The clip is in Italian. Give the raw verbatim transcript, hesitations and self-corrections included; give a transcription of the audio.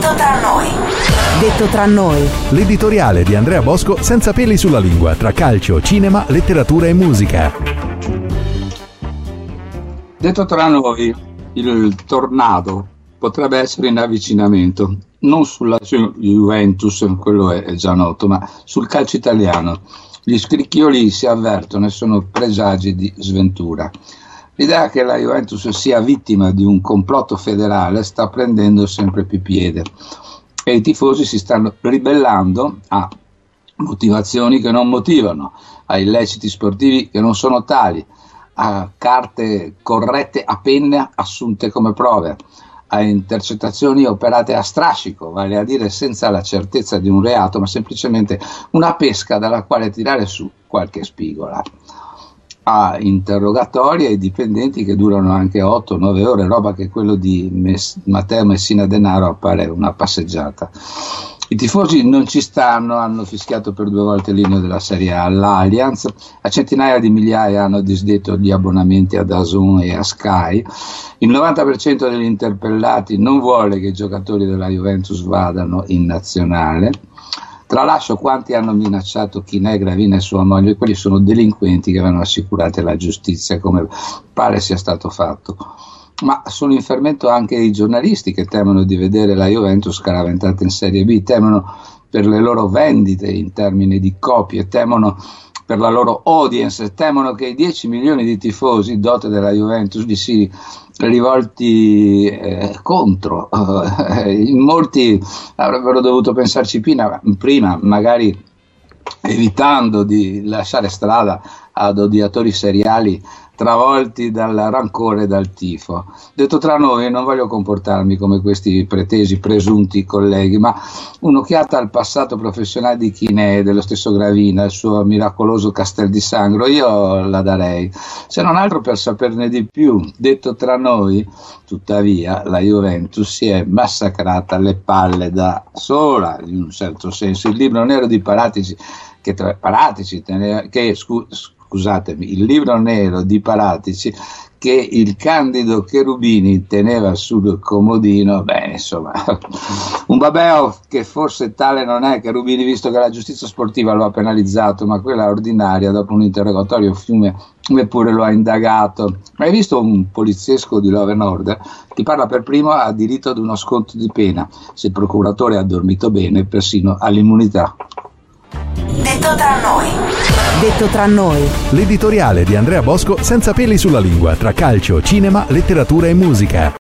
Detto tra noi. Detto tra noi. L'editoriale di Andrea Bosco senza peli sulla lingua, tra calcio, cinema, letteratura e musica. Detto tra noi, il tornado potrebbe essere in avvicinamento, non sulla Juventus, quello è già noto, ma sul calcio italiano. Gli scricchioli si avvertono e sono presagi di sventura. L'idea che la Juventus sia vittima di un complotto federale sta prendendo sempre più piede e i tifosi si stanno ribellando a motivazioni che non motivano, a illeciti sportivi che non sono tali, a carte corrette a penna assunte come prove, a intercettazioni operate a strascico, vale a dire senza la certezza di un reato, ma semplicemente una pesca dalla quale tirare su qualche spigola, a interrogatori ai dipendenti che durano anche otto nove ore, roba che quello di Mess- Matteo Messina Denaro appare una passeggiata. I tifosi non ci stanno, hanno fischiato per due volte l'inno della Serie A all'Allianz, a centinaia di migliaia hanno disdetto gli abbonamenti a D A Z N e a Sky, il novanta per cento degli interpellati non vuole che i giocatori della Juventus vadano in nazionale. Tralascio quanti hanno minacciato Chinè, Gravina e sua moglie, quelli sono delinquenti che vanno assicurati alla giustizia, come pare sia stato fatto. Ma sono in fermento anche i giornalisti che temono di vedere la Juventus scaraventata in Serie B, temono per le loro vendite in termini di copie, temono per la loro audience, temono che i dieci milioni di tifosi dote della Juventus gli si rivolti eh, contro. In molti avrebbero dovuto pensarci prima, prima, magari evitando di lasciare strada ad odiatori seriali travolti dal rancore e dal tifo. Detto tra noi, non voglio comportarmi come questi pretesi presunti colleghi, ma un'occhiata al passato professionale di Chinè e dello stesso Gravina, il suo miracoloso Castel di Sangro, io la darei, se non altro per saperne di più. Detto tra noi, tuttavia, la Juventus si è massacrata alle palle da sola, in un certo senso. Il libro nero di Paratici, che, tra, Paratici teneva, che scu, scusatemi, il libro nero di Paratici che il candido Cherubini teneva sul comodino, beh, insomma, un babeo che forse tale non è Cherubini, visto che la giustizia sportiva lo ha penalizzato, ma quella ordinaria, dopo un interrogatorio fiume, neppure lo ha indagato. Ma hai visto un poliziesco di Law and Order? Chi parla per primo ha diritto ad uno sconto di pena, se il procuratore ha dormito bene, persino all'immunità. Detto tra noi. Detto tra noi. L'editoriale di Andrea Bosco senza peli sulla lingua, tra calcio, cinema, letteratura e musica.